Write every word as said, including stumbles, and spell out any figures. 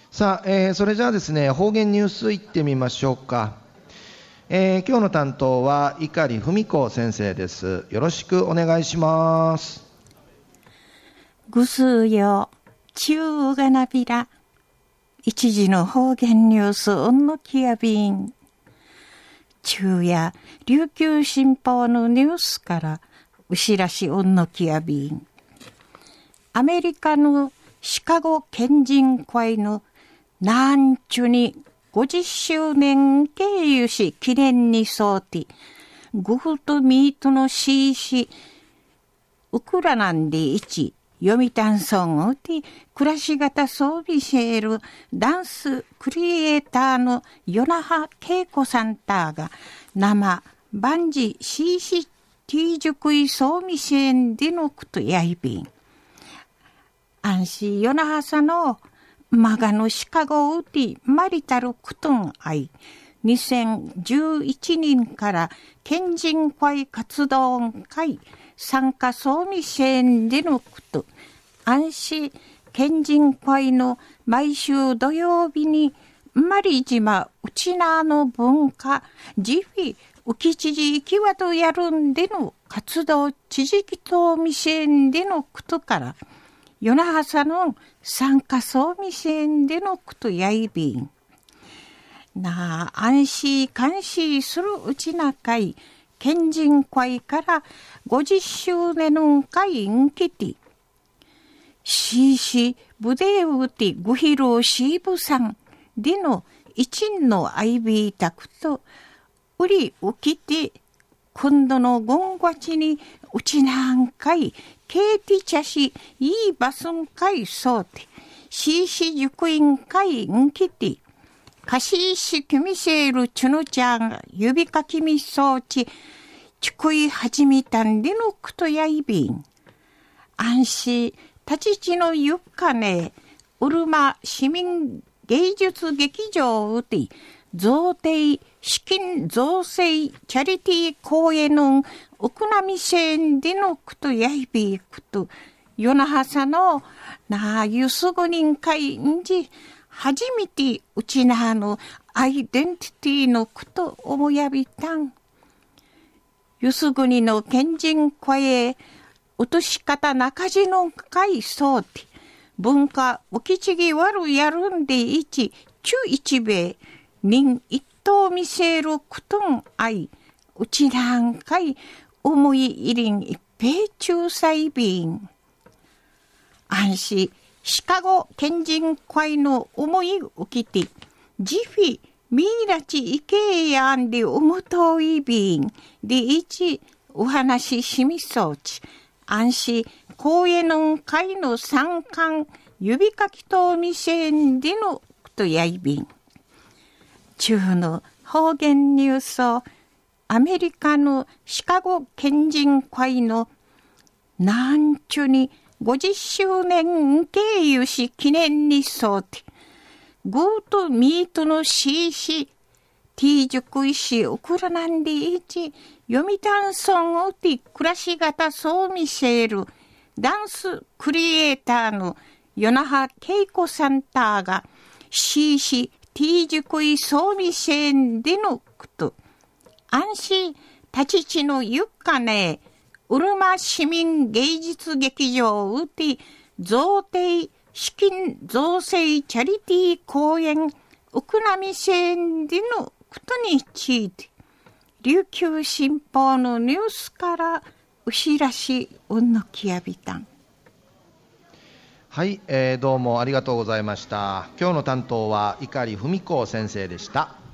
さあ、えー、それじゃあですね、方言ニュースいってみましょうか。えー、今日の担当は碇文子先生です。よろしくお願いします。 ぐすうよ、ちゅうがなびら。一時の方言ニュース、うんのきやびん。昼夜、琉球新報のニュースから、うしらしうんのきやびん。アメリカのシカゴ県人会のなんちゅにごじゅっしゅうねん経由し記念にそうて、グフとミートのシーシ、ウクラなんでいち、読谷村をて暮らし型装備シェールダンスクリエイターの与那覇恵子さんたが生万事 シーシーティー 塾い装備支援でのことやいびん。安心与那覇さのマガのシカゴウティマリタルクトンアイにせんじゅういちねんから県人会活動会参加装備支援でのこと安心県人会の毎週土曜日にマリ島うちなの文化ジフィ浮き知事行きわとやるんでの活動地域等未支援でのことから与那覇さの参加装備支援でのことやいびん。なあ、安心監視するうちな会、県人会からごじゅっしゅうねんの会んきて、シーシーブデウティグヒロシーブさんでの一んのアイビータクと、うりうきて、今度のゴンゴチにうちなんかい、ケーティチャシ、いいバスン会そうて、シーシー塾員会んきて、カシーシキミセールチュノちゃん指かきみそうち、ちくい始めたんでのくとやいびん。安心、立ち地のゆっかね、うるま市民芸術劇場うて、贈呈資金造成チャリティー公演のウクナミ支援でのくとやいびいくと、与那覇さのなあゆすぐ人会んじ、初めてうちなのアイデンティティのくと思やびたん。ゆすぐにの県人会へ、落とし方中地の会そうて、文化おきちぎわるやるんでいち、中一米、人一等見せるくとんあい、うちなんかい、思い入りん一平中裁便。安心、シカゴ県人会の思い受けて、ジフィ、ミイラチイケイヤンでおもといびん、でいち、お話ししみそうち、安心、公園の会の参観、指かきとみせんでのことやいびん。中の方言ニュースをアメリカのシカゴ県人会のなんちゅにごじゅっしゅうねん経由し記念にそうて、グーとミートのシーシー、ティー塾石ウクラなんでいち、読谷村をて暮らし型そう見せるダンスクリエイターの与那覇恵子さんたが シーシーティー 塾い装備支援でのこと。安心、立ち地のゆっかね、うるま市民芸術劇場うて、贈呈資金造成チャリティー公演、ウクナミ支援でのことについて、琉球新報のニュースからうしらしうんのきやびたん。 はい、えー、どうもありがとうございました。今日の担当は碇文子先生でした。